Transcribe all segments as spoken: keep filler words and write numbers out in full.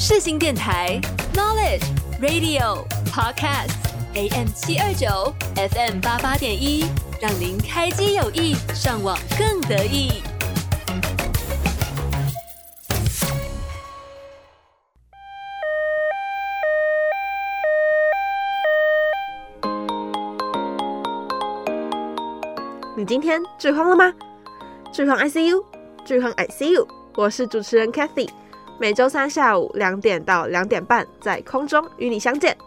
世新电台 Knowledge Radio Podcast A M 七二九 F M 八八点一，让您开机有益，上网更得意。 你今天剧荒了吗？剧荒 I C U， 剧荒 I C U， 我是主持人 Kathy， 每周三下午两点到两点半在空中与你相见。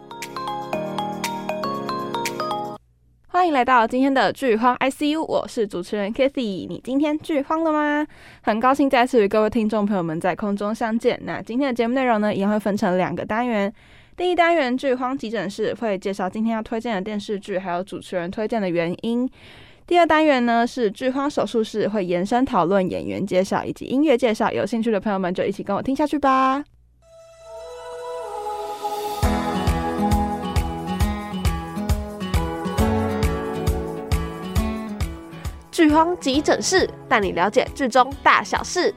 欢迎来到今天的剧荒 I C U， 我是主持人 Kathy。你今天剧荒了吗？很高兴再次与各位听众朋友们在空中相见。那今天的节目内容呢，一样会分成两个单元。第一单元剧荒急诊室会介绍今天要推荐的电视剧，还有主持人推荐的原因。第二单元呢是剧荒手术室，会延伸讨论演员介绍以及音乐介绍，有兴趣的朋友们就一起跟我听下去吧。剧荒急诊室带你了解剧中大小事。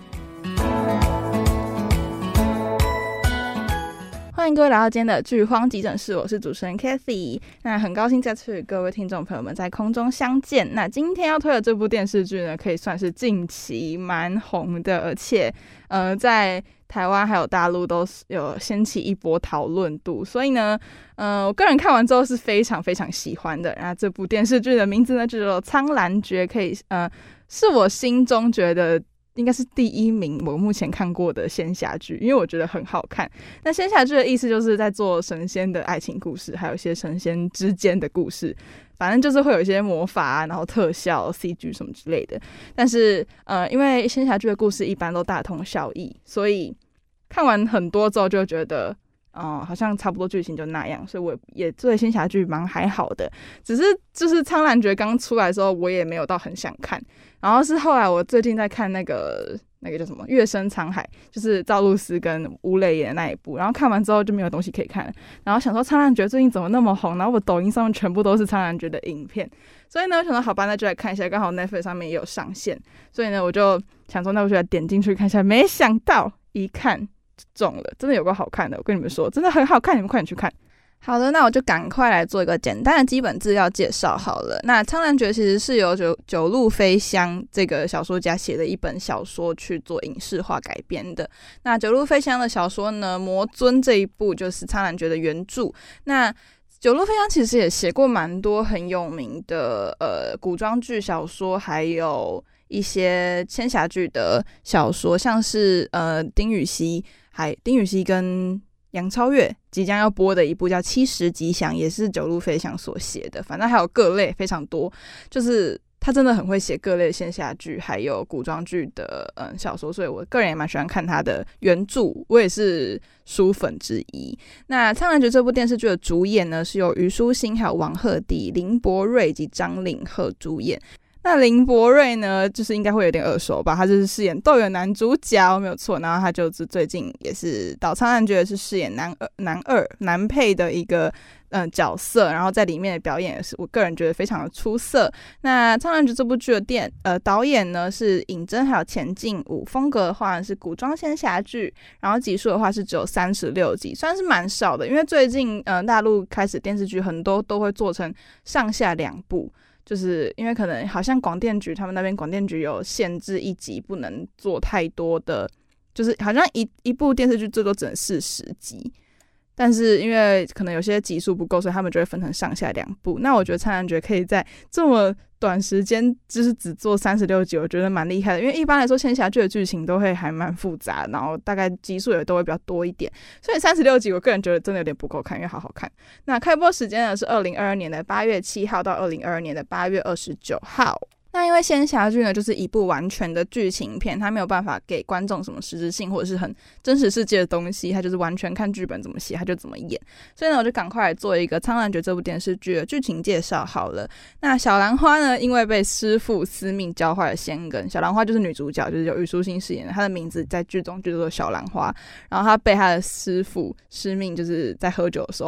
欢迎各位来到今天的剧荒急诊室，我是主持人 Kathy。 那很高兴再次与各位听众朋友们在空中相见。那今天要推的这部电视剧呢，可以算是近期蛮红的，而且呃，在台湾还有大陆都有掀起一波讨论度，所以呢呃，我个人看完之后是非常非常喜欢的。那这部电视剧的名字呢就叫做《苍兰诀》，可以呃，是我心中觉得应该是第一名我目前看过的仙侠剧，因为我觉得很好看。那仙侠剧的意思就是在做神仙的爱情故事，还有一些神仙之间的故事，反正就是会有一些魔法啊，然后特效 C G 什么之类的。但是呃，因为仙侠剧的故事一般都大同小异，所以看完很多之后就觉得哦、呃，好像差不多剧情就那样，所以我也对仙侠剧蛮还好的。只是就是《苍兰诀》刚出来的时候，我也没有到很想看。然后是后来我最近在看那个那个叫什么《月升沧海》，就是赵露思跟吴磊演的那一部。然后看完之后就没有东西可以看了，然后想说《苍兰诀》最近怎么那么红，然后我抖音上面全部都是《苍兰诀》的影片，所以呢，我想说好吧，那就来看一下，刚好 Netflix 上面也有上线，所以呢，我就想说那我就来点进去看一下。没想到一看中了，真的有个好看的，我跟你们说，真的很好看，你们快点去看。好的，那我就赶快来做一个简单的基本资料介绍好了。那《苍兰诀》其实是由九九路飞香这个小说家写的一本小说去做影视化改编的。那九路飞香的小说呢，《魔尊》这一部就是《苍兰诀》的原著。那九路飞香其实也写过蛮多很有名的呃古装剧小说，还有一些仙侠剧的小说，像是呃丁禹兮，还丁禹兮跟杨超越即将要播的一部叫《七十吉祥》，也是九路飞香所写的。反正还有各类非常多，就是他真的很会写各类仙侠剧还有古装剧的嗯小说，所以我个人也蛮喜欢看他的原著，我也是书粉之一。那《苍兰诀》这部电视剧的主演呢，是由虞书欣、还有王鹤棣、林柏瑞以及张凌赫主演。那林柏瑞呢，就是应该会有点耳熟吧，他就是饰演斗圆男主角，没有错。然后他就是最近也是到《苍兰诀》是饰演男二、男二、男配的一个嗯角色，然后在里面的表演也是我个人觉得非常的出色。那《苍兰诀》这部剧的电呃导演呢是尹真还有钱进武，风格的话是古装仙侠剧，然后集数的话是只有三十六集，算是蛮少的。因为最近呃大陆开始电视剧很多都会做成上下两部。就是因为可能好像广电局他们那边广电局有限制一集不能做太多的，就是好像一一部电视剧最多只能四十集，但是因为可能有些集数不够，所以他们就会分成上下两部。那我觉得《苍兰诀》可以在这么短时间就是只做三十六集，我觉得蛮厉害的。因为一般来说仙侠剧的剧情都会还蛮复杂，然后大概集数也都会比较多一点，所以三十六集我个人觉得真的有点不够看，因为好好看。那开播时间呢是二零二二年的八月七号到二零二二年的八月二十九号。那因为仙侠剧呢就是一部完全的剧情片，它没有办法给观众什么实质性或者是很真实世界的东西，它就是完全看剧本怎么写它就怎么演。所以呢我就赶快来做一个《苍兰诀》这部电视剧的剧情介绍好了。那小兰花呢因为被师父司命教坏了仙根，小兰花就是女主角，就是由虞书欣饰演的，她的名字在剧中就叫做小兰花。然后她被她的师父师命就是在喝酒的时候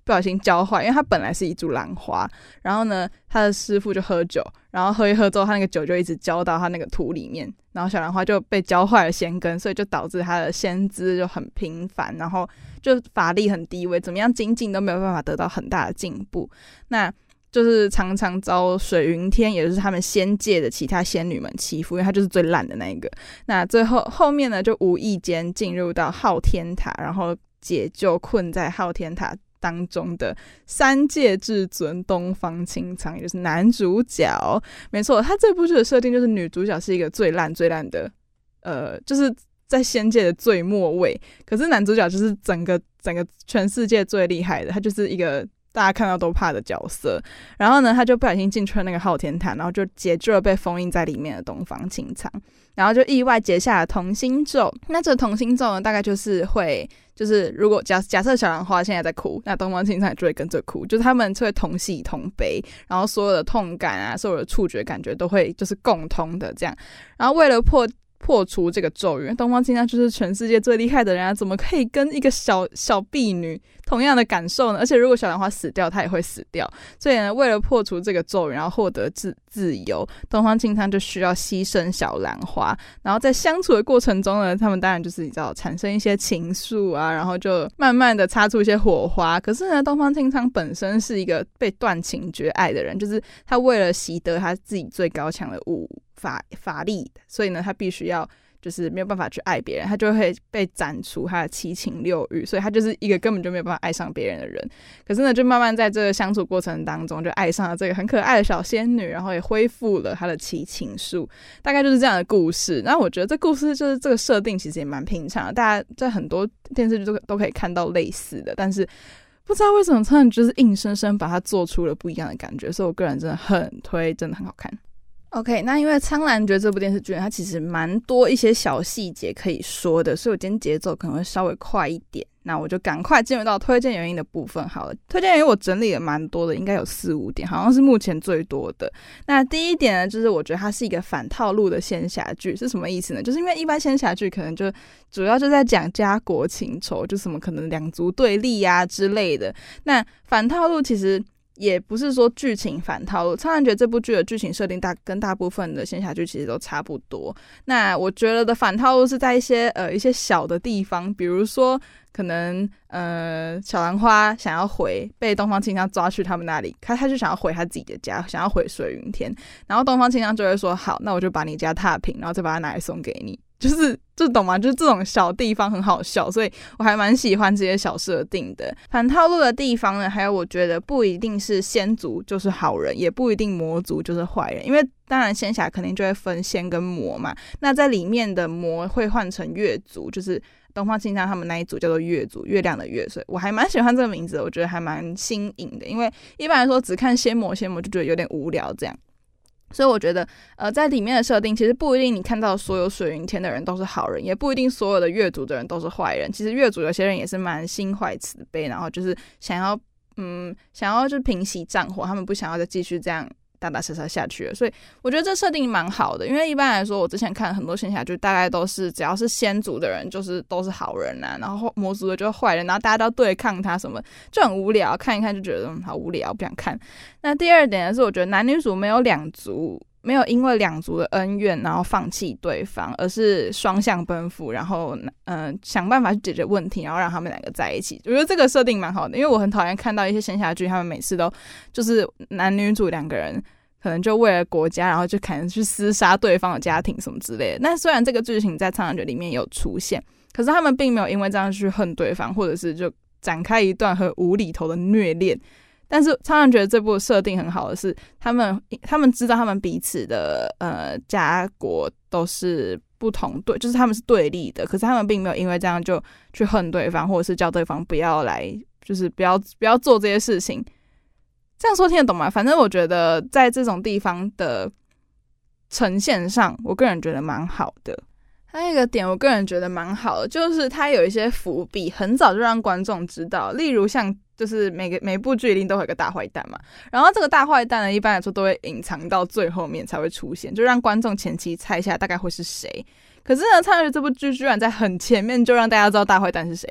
不小心教坏，因为他本来是一株兰花，然后呢他的师傅就喝酒，然后喝一喝之后他那个酒就一直浇到他那个土里面，然后小兰花就被浇坏了仙根，所以就导致他的仙姿就很平凡，然后就法力很低微，怎么样精进都没有办法得到很大的进步。那就是常常遭水云天，也就是他们仙界的其他仙女们欺负，因为他就是最烂的那一个。那最后后面呢，就无意间进入到昊天塔，然后解救困在昊天塔当中的三界至尊东方青苍，也就是男主角。没错，他这部剧的设定就是女主角是一个最烂最烂的，呃，就是在仙界的最末位，可是男主角就是整个整个全世界最厉害的，他就是一个大家看到都怕的角色。然后呢，他就不小心进去了那个昊天塔，然后就解救了被封印在里面的东方青苍，然后就意外结下了同心咒。那这个同心咒呢，大概就是会，就是如果假假设小兰花现在在哭，那东方青苍就会跟着哭，就是他们会同喜同悲，然后所有的痛感啊，所有的触觉感觉都会就是共通的这样。然后为了破破除这个咒语，东方青苍就是全世界最厉害的人啊，怎么可以跟一个小小婢女同样的感受呢？而且如果小兰花死掉，她也会死掉。所以呢，为了破除这个咒语，然后获得自自由，东方青苍就需要牺牲小兰花。然后在相处的过程中呢，他们当然就是你知道产生一些情愫啊，然后就慢慢的擦出一些火花。可是呢，东方青苍本身是一个被断情绝爱的人，就是他为了习得他自己最高强的武法法力，所以呢，他必须要就是没有办法去爱别人，他就会被斩除他的七情六欲，所以他就是一个根本就没有办法爱上别人的人。可是呢，就慢慢在这个相处过程当中，就爱上了这个很可爱的小仙女，然后也恢复了他的七情术，大概就是这样的故事。那我觉得这故事就是这个设定其实也蛮平常的，大家在很多电视剧都都可以看到类似的，但是不知道为什么他们就是硬生生把它做出了不一样的感觉，所以我个人真的很推，真的很好看。OK， 那因为《苍兰诀》这部电视剧它其实蛮多一些小细节可以说的，所以我今天节奏可能会稍微快一点。那我就赶快进入到推荐原因的部分好了。推荐原因我整理了蛮多的，应该有四五点，好像是目前最多的。那第一点呢，就是我觉得它是一个反套路的仙侠剧。是什么意思呢？就是因为一般仙侠剧可能就主要就在讲家国情仇，就什么可能两族对立啊之类的。那反套路其实也不是说剧情反套路，《苍兰诀》这部剧的剧情设定大跟大部分的仙侠剧其实都差不多。那我觉得的反套路是在一些呃一些小的地方，比如说可能呃小兰花想要回，被东方青苍抓去他们那里，他他就想要回他自己的家，想要回水云天，然后东方青苍就会说好，那我就把你家踏平，然后再把它拿来送给你。就是就懂吗？就是这种小地方很好笑，所以我还蛮喜欢这些小设定的。反套路的地方呢，还有我觉得不一定是仙族就是好人，也不一定魔族就是坏人，因为当然仙侠肯定就会分仙跟魔嘛。那在里面的魔会换成月族，就是东方青苍他们那一组叫做月族，月亮的月，所以我还蛮喜欢这个名字的，我觉得还蛮新颖的。因为一般来说只看仙魔仙魔就觉得有点无聊这样。所以我觉得呃，在里面的设定其实不一定你看到所有水云天的人都是好人，也不一定所有的月族的人都是坏人。其实月族有些人也是蛮心怀慈悲，然后就是想要嗯想要就平息战火，他们不想要再继续这样打打杀杀下去了。所以我觉得这设定蛮好的，因为一般来说我之前看很多仙侠剧大概都是只要是仙族的人就是都是好人啊，然后魔族的就是坏人，然后大家都要对抗他什么，就很无聊，看一看就觉得嗯好无聊，不想看。那第二点呢是我觉得男女主没有两族没有因为两族的恩怨然后放弃对方，而是双向奔赴，然后呃想办法去解决问题，然后让他们两个在一起。我觉得这个设定蛮好的，因为我很讨厌看到一些仙侠剧他们每次都就是男女主两个人可能就为了国家然后就可能去厮杀对方的家庭什么之类的。那虽然这个剧情在《苍兰诀》里面有出现，可是他们并没有因为这样去恨对方，或者是就展开一段很无厘头的虐恋。但是苍兰诀这部设定很好的是，他们他们知道他们彼此的呃家国都是不同对，就是他们是对立的，可是他们并没有因为这样就去恨对方，或者是叫对方不要来，就是不要不要做这些事情。这样说听得懂吗？反正我觉得在这种地方的呈现上，我个人觉得蛮好的。还有一个点我个人觉得蛮好的，就是它有一些伏笔很早就让观众知道，例如像就是每个每部剧一定都会有个大坏蛋嘛，然后这个大坏蛋呢一般来说都会隐藏到最后面才会出现，就让观众前期猜一下大概会是谁。可是呢，《苍兰诀》这部剧居然在很前面就让大家知道大坏蛋是谁，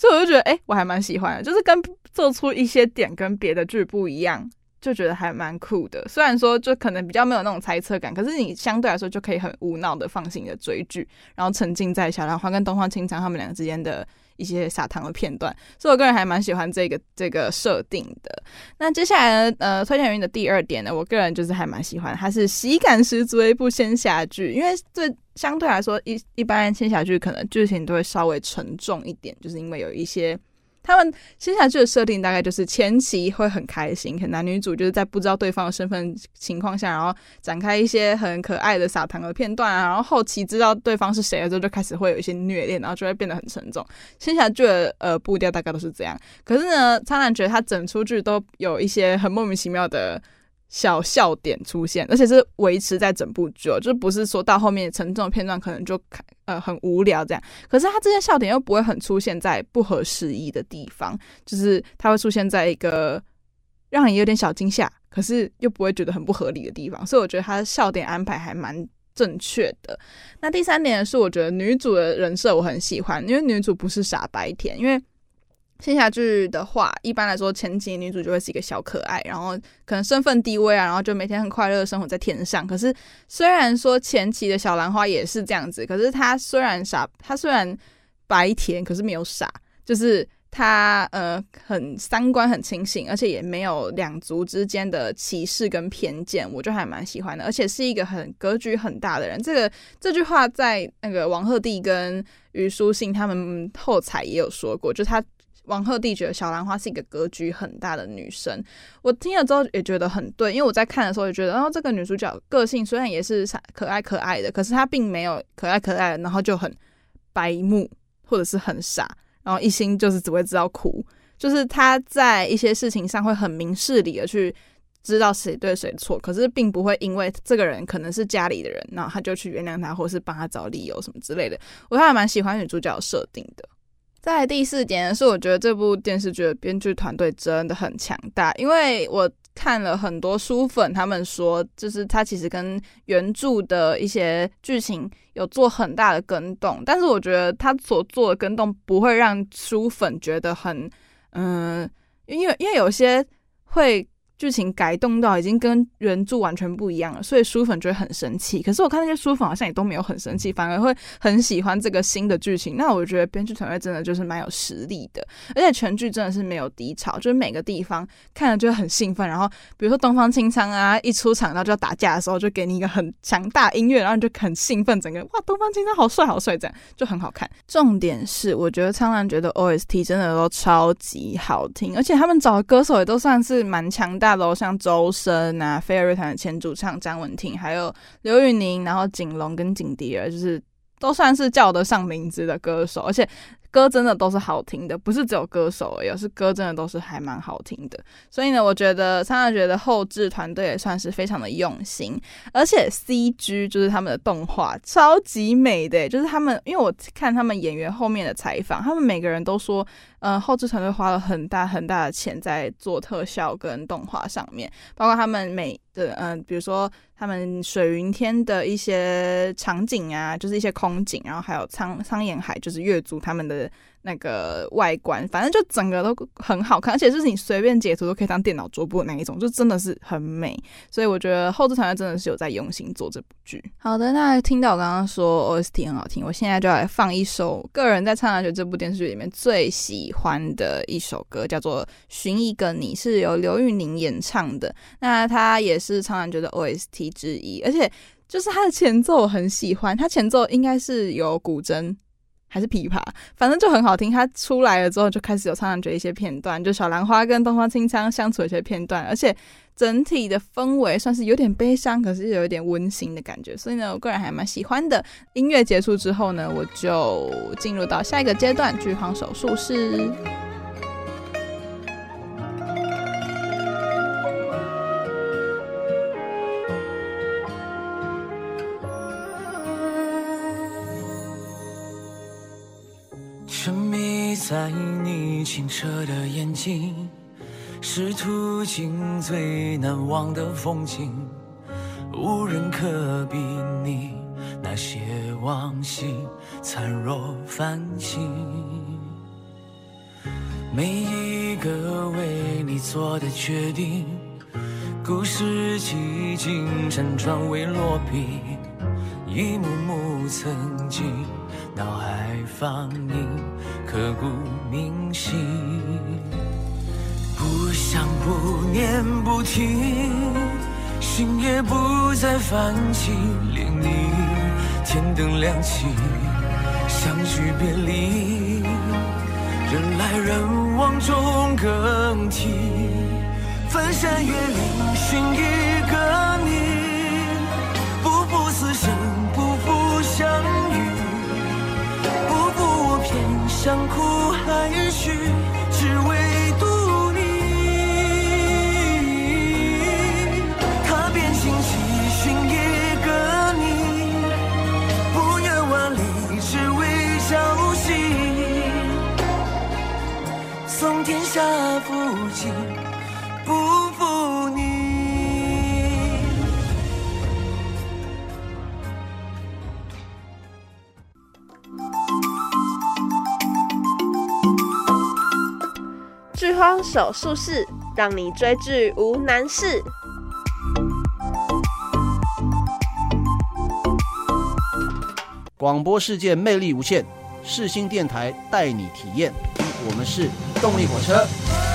所以我就觉得哎、欸，我还蛮喜欢的，就是跟做出一些点跟别的剧不一样，就觉得还蛮酷的。虽然说就可能比较没有那种猜测感，可是你相对来说就可以很无脑的放心的追剧，然后沉浸在小兰花跟东方青苍他们两个之间的一些撒糖的片段，所以我个人还蛮喜欢这个这个设定的。那接下来呢，呃，推荐原因的第二点呢，我个人就是还蛮喜欢，它是喜感十足的一部仙侠剧，因为这相对来说一一般仙侠剧可能剧情都会稍微沉重一点，就是因为有一些。他们仙侠剧的设定大概就是前期会很开心，可能男女主就是在不知道对方的身份情况下，然后展开一些很可爱的撒糖的片段啊，然后后期知道对方是谁了之后，就开始会有一些虐恋，然后就会变得很沉重。仙侠剧的呃步调大概都是这样，可是呢，苍兰诀他整出剧都有一些很莫名其妙的小笑点出现，而且是维持在整部剧，就不是说到后面沉重的片段可能就呃很无聊这样。可是他这些笑点又不会很出现在不合时宜的地方，就是他会出现在一个让你有点小惊吓，可是又不会觉得很不合理的地方，所以我觉得他的笑点安排还蛮正确的。那第三点是我觉得女主的人设我很喜欢，因为女主不是傻白甜，因为仙侠剧的话，一般来说前期女主就会是一个小可爱，然后可能身份地位啊，然后就每天很快乐的生活在天上。可是虽然说前期的小兰花也是这样子，可是她虽然傻，她虽然白甜，可是没有傻，就是她呃很三观很清醒，而且也没有两族之间的歧视跟偏见，我就还蛮喜欢的。而且是一个很格局很大的人，这个这句话在那个王鹤棣跟虞书欣他们后采也有说过，就他。王鹤棣觉得小兰花是一个格局很大的女生，我听了之后也觉得很对，因为我在看的时候也觉得，然后这个女主角个性虽然也是可爱可爱的，可是她并没有可爱可爱的，然后就很白目或者是很傻，然后一心就是只会知道哭，就是她在一些事情上会很明事理的去知道谁对谁错，可是并不会因为这个人可能是家里的人，然后他就去原谅他，或是帮他找理由什么之类的，我还蛮喜欢女主角设定的。再来第四点是我觉得这部电视剧的编剧团队真的很强大，因为我看了很多书粉他们说，就是他其实跟原著的一些剧情有做很大的更动，但是我觉得他所做的更动不会让书粉觉得很嗯，因为因为有些会剧情改动到已经跟原著完全不一样了，所以书粉就会很生气。可是我看那些书粉好像也都没有很生气，反而会很喜欢这个新的剧情。那我觉得编剧团队真的就是蛮有实力的，而且全剧真的是没有低潮，就是每个地方看了就会很兴奋。然后比如说东方青苍啊，一出场然后就要打架的时候，就给你一个很强大音乐，然后你就很兴奋，整个哇东方青苍好帅好帅，这样就很好看。重点是我觉得苍兰诀的 O S T 真的都超级好听，而且他们找的歌手也都算是蛮强大的。像周深啊，飞儿乐团的前主唱张文婷，还有刘宇宁，然后景龙跟景迪儿，就是都算是叫得上名字的歌手，而且歌真的都是好听的，不是只有歌手而已，是歌真的都是还蛮好听的。所以呢，我觉得苍兰诀的后制团队也算是非常的用心，而且 C G 就是他们的动画超级美的，就是他们因为我看他们演员后面的采访，他们每个人都说呃，后制团队花了很大很大的钱在做特效跟动画上面，包括他们每的嗯、呃，比如说他们水云天的一些场景啊，就是一些空景，然后还有苍苍岩海，就是月族他们的那个外观，反正就整个都很好看，而且就是你随便截图都可以当电脑桌布的那一种，就真的是很美。所以我觉得后制团队真的是有在用心做这部剧。好的，那听到我刚刚说 O S T 很好听，我现在就来放一首个人在苍兰诀这部电视剧里面最喜欢的一首歌，叫做《寻一个你》，是由刘宇宁演唱的。那它也是苍兰诀的 O S T 之一，而且就是它的前奏我很喜欢，它前奏应该是有古筝还是琵琶，反正就很好听。它出来了之后就开始有苍兰诀一些片段，就小兰花跟东方青苍相处的一些片段，而且整体的氛围算是有点悲伤，可是有一点温馨的感觉，所以呢我个人还蛮喜欢的。音乐结束之后呢，我就进入到下一个阶段，剧荒手术室。 沉迷在你清澈的眼睛，是途经最难忘的风景，无人可比拟那些往昔灿若繁星。 每一个为你做的决定，故事几经辗转未落笔，一幕幕曾经脑海放映，刻骨铭心。不想不念不听，心也不再泛起涟漪，天灯亮起，相聚别离，人来人往中更替，翻山越岭寻一个你，步步死生，步步相遇，步步我偏向苦海去，只为独你。踏遍荆棘寻一个你，不远万里只为朝夕，送天下福气，不负你。 剧荒手术室，让你追剧无难事。 广播世界魅力无限，世新电台带你体验。我们是动力火车。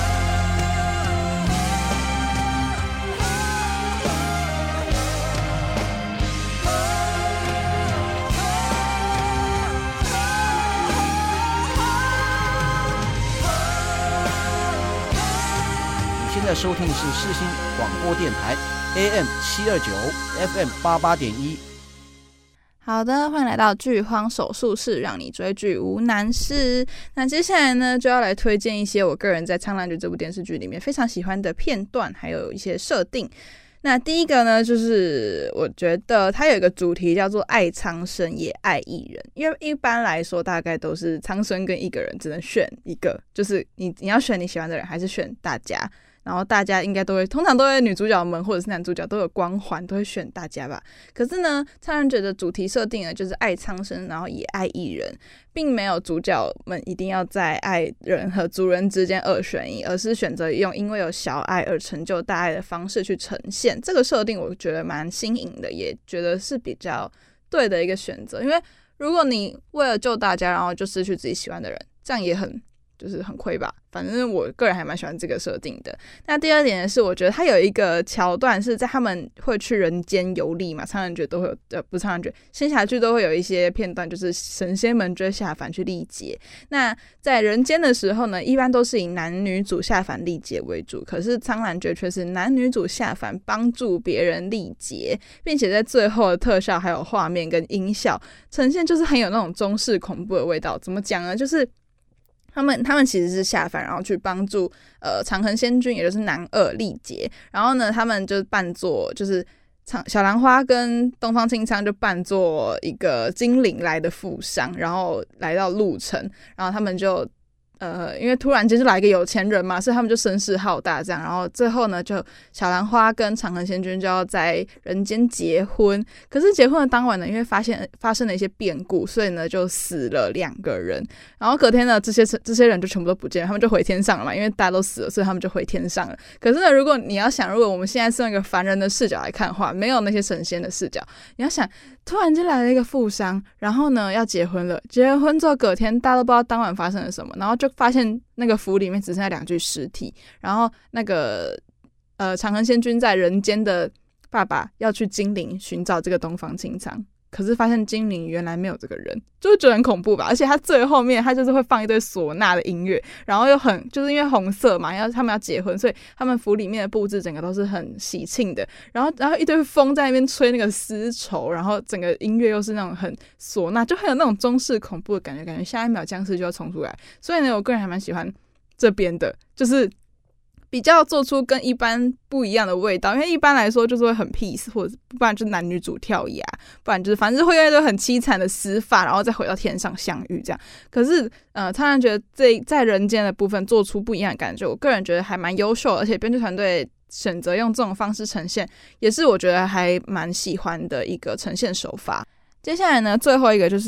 现在收听的是世新广播电台 A M 七二九 F M 八八点一。 好的，欢迎来到剧荒手术室，让你追剧无难事。那接下来呢，就要来推荐一些我个人在《苍兰诀》这部电视剧里面非常喜欢的片段，还有一些设定。那第一个呢，就是我觉得它有一个主题叫做爱苍生也爱一人，因为一般来说大概都是苍生跟一个人只能选一个，就是你你要选你喜欢的人，还是选大家。然后大家应该都会，通常都会女主角们或者是男主角都有光环，都会选大家吧。可是呢，苍兰诀的主题设定呢，就是爱苍生，然后也爱一人，并没有主角们一定要在爱人和族人之间二选一，而是选择用因为有小爱而成就大爱的方式去呈现。这个设定我觉得蛮新颖的，也觉得是比较对的一个选择。因为如果你为了救大家，然后就失去自己喜欢的人，这样也很就是很亏吧。反正我个人还蛮喜欢这个设定的。那第二点是，我觉得它有一个桥段是在他们会去人间游历嘛，苍兰诀都会有，呃，不是苍兰诀，仙侠剧都会有一些片段，就是神仙们追下凡去历劫。那在人间的时候呢，一般都是以男女主下凡历劫为主，可是苍兰诀却是男女主下凡帮助别人历劫，并且在最后的特效还有画面跟音效呈现，就是很有那种中式恐怖的味道。怎么讲呢？就是他们他们其实是下凡，然后去帮助呃长恒仙君，也就是男二历劫。然后呢，他们就扮作就是小兰花跟东方青苍就扮作一个精灵来的富商，然后来到鹿城，然后他们就呃，因为突然间就来一个有钱人嘛，所以他们就声势浩大这样。然后最后呢，就小兰花跟长恒仙君就要在人间结婚。可是结婚的当晚呢，因为发现发生了一些变故，所以呢就死了两个人。然后隔天呢，这些这些人就全部都不见了，他们就回天上了嘛，因为大家都死了，所以他们就回天上了。可是呢，如果你要想，如果我们现在是用一个凡人的视角来看的话，没有那些神仙的视角，你要想，突然间来了一个富商，然后呢要结婚了，结完婚之后隔天大家都不知道当晚发生了什么，然后就发现那个府里面只剩下两具尸体，然后那个呃长恒仙君在人间的爸爸要去精灵寻找这个东方青苍，可是发现精灵原来没有这个人，就会觉得很恐怖吧。而且他最后面他就是会放一堆唢呐的音乐，然后又很就是因为红色嘛，要他们要结婚，所以他们府里面的布置整个都是很喜庆的，然后然后一堆风在那边吹那个丝绸，然后整个音乐又是那种很唢呐，就很有那种中式恐怖的感觉，感觉下一秒僵尸就要冲出来。所以呢，我个人还蛮喜欢这边的，就是比较做出跟一般不一样的味道。因为一般来说就是会很 peace， 或者不然就是男女主跳崖，不然就是反正会用一堆很凄惨的死法，然后再回到天上相遇这样。可是呃，苍兰诀这在人间的部分做出不一样的感觉，我个人觉得还蛮优秀的，而且编剧团队选择用这种方式呈现，也是我觉得还蛮喜欢的一个呈现手法。接下来呢，最后一个就是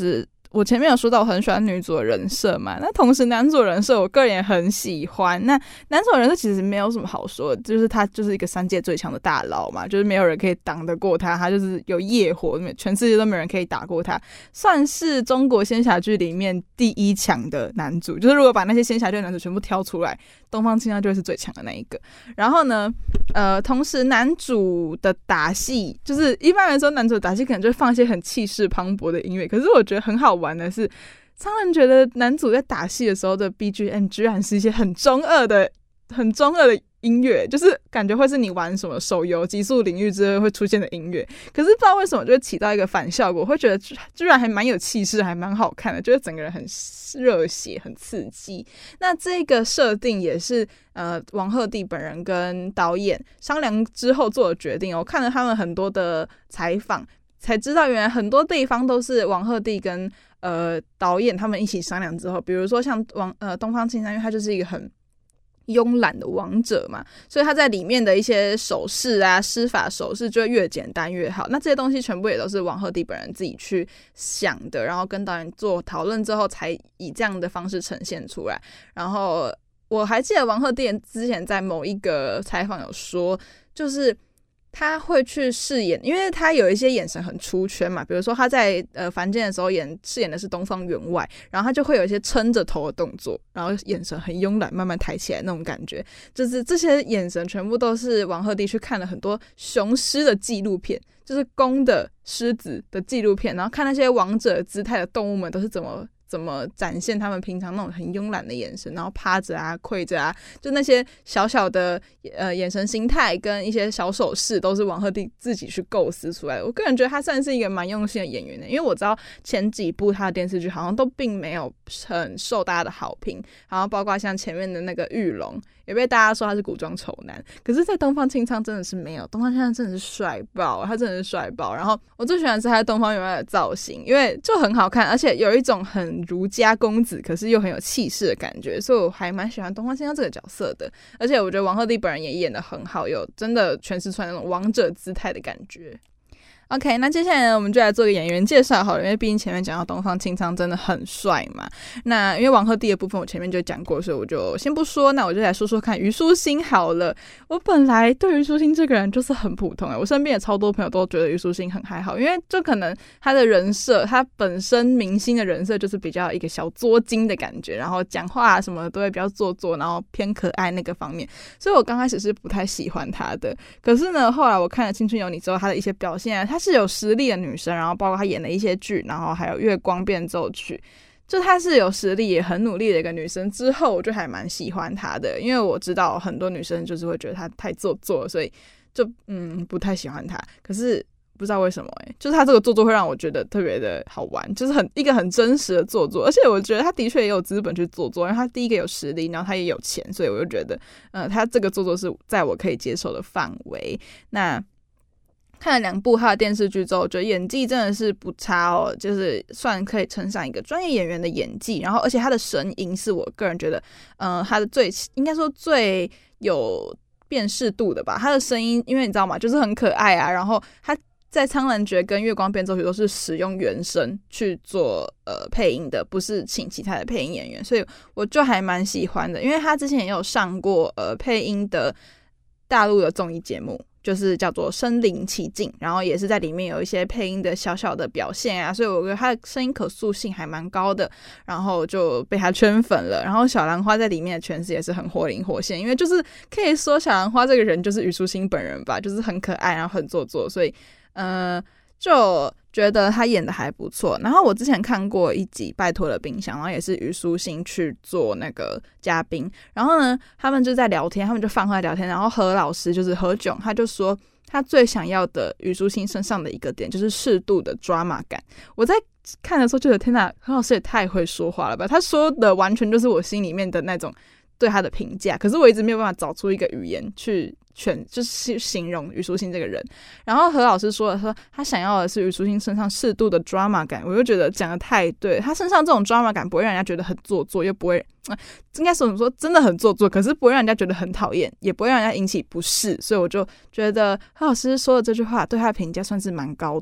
我前面有说到我很喜欢女主的人设嘛，那同时男主的人设我个人也很喜欢。那男主的人设其实没有什么好说的，就是他就是一个三界最强的大佬嘛，就是没有人可以挡得过他，他就是有业火，全世界都没有人可以打过他，算是中国仙侠剧里面第一强的男主。就是如果把那些仙侠剧的男主全部挑出来，东方青苍就会是最强的那一个。然后呢，呃，同时男主的打戏，就是一般来说男主的打戏可能就会放一些很气势磅礴的音乐，可是我觉得很好玩的是，常人觉得男主在打戏的时候的 B G M 居然是一些很中二的、很中二的音乐，就是感觉会是你玩什么手游极速领域之类会出现的音乐，可是不知道为什么就会起到一个反效果，会觉得居然还蛮有气势，还蛮好看的，觉得整个人很热血、很刺激。那这个设定也是呃王鹤棣本人跟导演商量之后做的决定。我看了他们很多的采访，才知道原来很多地方都是王鹤棣跟呃导演他们一起商量之后，比如说像王呃东方青苍，因为他就是一个很慵懒的王者嘛，所以他在里面的一些手势啊、施法手势就会越简单越好。那这些东西全部也都是王鹤棣本人自己去想的，然后跟导演做讨论之后，才以这样的方式呈现出来。然后我还记得王鹤棣之前在某一个采访有说，就是他会去饰演，因为他有一些眼神很出圈嘛，比如说他在呃凡间的时候演饰演的是东方员外，然后他就会有一些撑着头的动作，然后眼神很慵懒，慢慢抬起来那种感觉，就是这些眼神全部都是王鹤棣去看了很多雄狮的纪录片，就是公的狮子的纪录片，然后看那些王者姿态的动物们都是怎么怎么展现他们平常那种很慵懒的眼神，然后趴着啊、跪着啊，就那些小小的呃眼神心态跟一些小手势，都是王鹤棣自己去构思出来的。我个人觉得他算是一个蛮用心的演员的，因为我知道前几部他的电视剧好像都并没有很受大家的好评，然后包括像前面的那个玉龙，也被大家说他是古装丑男，可是在东方青苍真的是没有，东方青苍真的是帅爆，他真的是帅爆。然后我最喜欢的是他在东方员外的造型，因为就很好看，而且有一种很儒家公子可是又很有气势的感觉，所以我还蛮喜欢东方青苍这个角色的。而且我觉得王鹤棣本人也演得很好，有真的诠释出来那种王者姿态的感觉。OK， 那接下来呢，我们就来做个演员介绍好了，因为毕竟前面讲到东方青苍真的很帅嘛。那因为王鹤棣的部分我前面就讲过，所以我就先不说，那我就来说说看虞书欣好了。我本来对虞书欣这个人就是很普通、欸、我身边也超多朋友都觉得虞书欣很还好，因为就可能他的人设，他本身明星的人设就是比较一个小作精的感觉，然后讲话什么的都会比较做作，然后偏可爱那个方面，所以我刚开始是不太喜欢他的。可是呢，后来我看了《青春有你》之后，他的一些表现啊，他是有实力的女生，然后包括她演的一些剧，然后还有月光变奏曲，就她是有实力也很努力的一个女生，之后我就还蛮喜欢她的，因为我知道很多女生就是会觉得她太做作，所以就嗯不太喜欢她。可是不知道为什么欸，就是她这个做作会让我觉得特别的好玩，就是很一个很真实的做作，而且我觉得她的确也有资本去做作，因为她第一个有实力，然后她也有钱，所以我就觉得呃她这个做作是在我可以接受的范围。那看了两部他的电视剧之后，我觉得演技真的是不差哦，就是算可以称上一个专业演员的演技。然后，而且他的神音是我个人觉得，呃，他的最应该说最有辨识度的吧。他的声音，因为你知道吗，就是很可爱啊。然后他在《苍兰诀》跟《月光变奏曲》都是使用原声去做呃配音的，不是请其他的配音演员，所以我就还蛮喜欢的。因为他之前也有上过呃配音的大陆的综艺节目，就是叫做身临其境，然后也是在里面有一些配音的小小的表现啊，所以我觉得他的声音可塑性还蛮高的，然后就被他圈粉了。然后小兰花在里面的诠释也是很活灵活现，因为就是可以说小兰花这个人就是虞书欣本人吧，就是很可爱然后很做作，所以呃就觉得他演的还不错。然后我之前看过一集拜托了冰箱，然后也是虞书欣去做那个嘉宾，然后呢他们就在聊天，他们就饭后在聊天，然后何老师就是何炅，他就说他最想要的虞书欣身上的一个点就是适度的 drama 感。我在看的时候觉得天哪，何老师也太会说话了吧，他说的完全就是我心里面的那种对他的评价，可是我一直没有办法找出一个语言去全就是形容虞书欣这个人。然后何老师说了，说他想要的是虞书欣身上适度的 drama 感，我就觉得讲的太对，他身上这种 drama 感不会让人家觉得很做作，又不会、呃、应该说真的很做作，可是不会让人家觉得很讨厌，也不会让人家引起不适，所以我就觉得何老师说的这句话对他的评价算是蛮高的。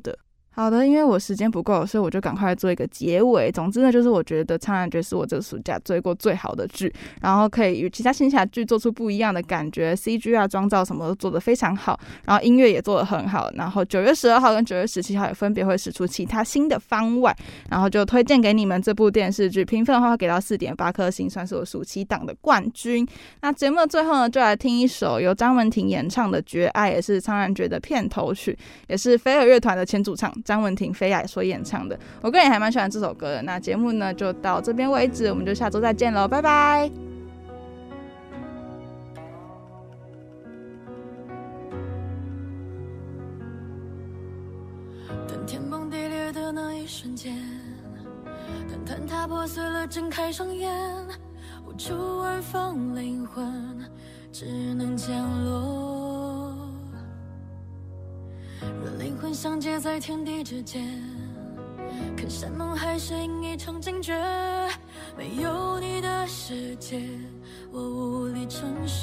好的，因为我时间不够，所以我就赶快做一个结尾。总之呢，就是我觉得《苍兰诀》是我这个暑假追过最好的剧，然后可以与其他仙侠剧做出不一样的感觉 ，C G 啊、妆造什么都做得非常好，然后音乐也做得很好。然后九月十二号跟九月十七号也分别会释出其他新的番外，然后就推荐给你们这部电视剧。评分的话会给到 四点八 颗星，算是我暑期档的冠军。那节目的最后呢，就来听一首由张文婷演唱的《绝爱》，也是《苍兰诀》的片头曲，也是飞儿乐团的前主唱张文婷菲亚所演唱的，我个人也还蛮喜欢这首歌的。那节目呢就到这边为止，我们就下周再见喽，拜拜。 等天崩地裂的那一瞬间，等坍塌破碎了睁开双眼，无处安放灵魂，只能降落。若灵魂相接在天地之间，看山盟海誓应一场惊觉，没有你的世界我无力承受。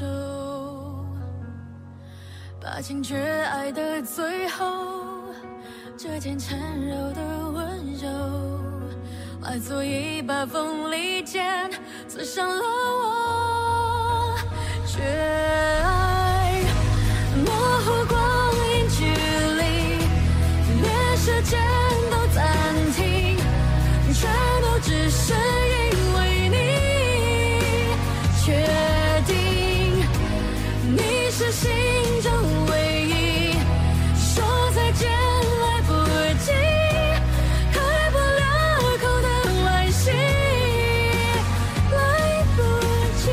把情绝爱的最后，这件缠绕的温柔，化作一把锋利剑，刺伤了我。绝爱模糊光阴距离，连时间都暂停，全都只是因为你。确定你是心中唯一，说再见来不及，开不了口的惋惜，来不及。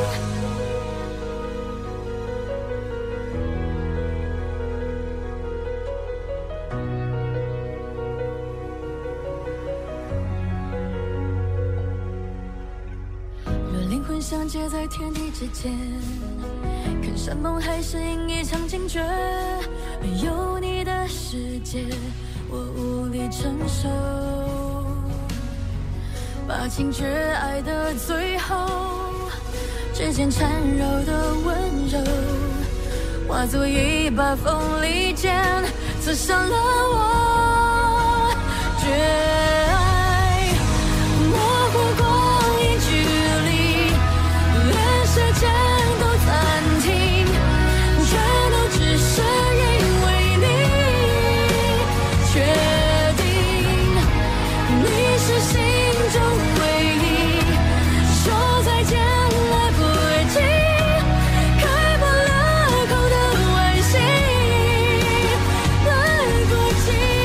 若灵魂相接在天地之间，看山盟海誓应一场惊觉，没有你的世界我无力承受。把情绝爱的最后，指尖缠绕的温柔，化作一把锋利剑，刺伤了我。绝爱模糊光阴距离，连时间都暂停，全都只是因为你。确定你是心中唯一，说再见来不及，开不了口的惋惜，来不及。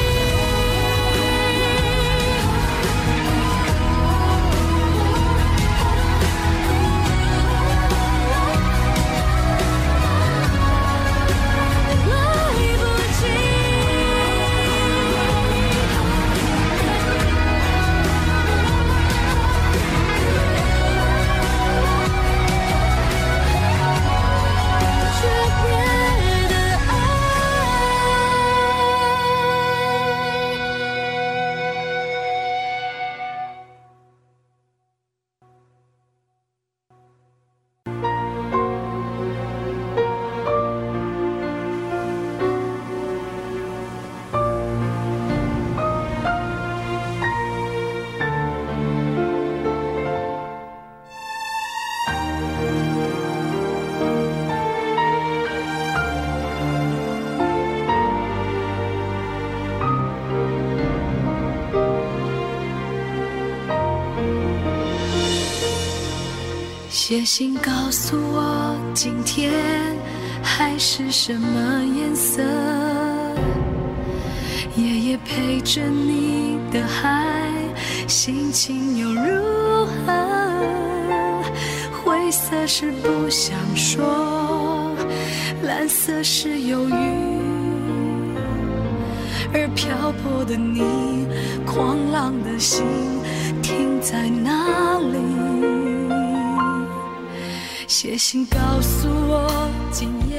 写信告诉我今天海是什么颜色，夜夜陪着你的海心情又如何？灰色是不想说，蓝色是忧郁，而漂泊的你，狂浪的心停在哪里？写信告诉我今夜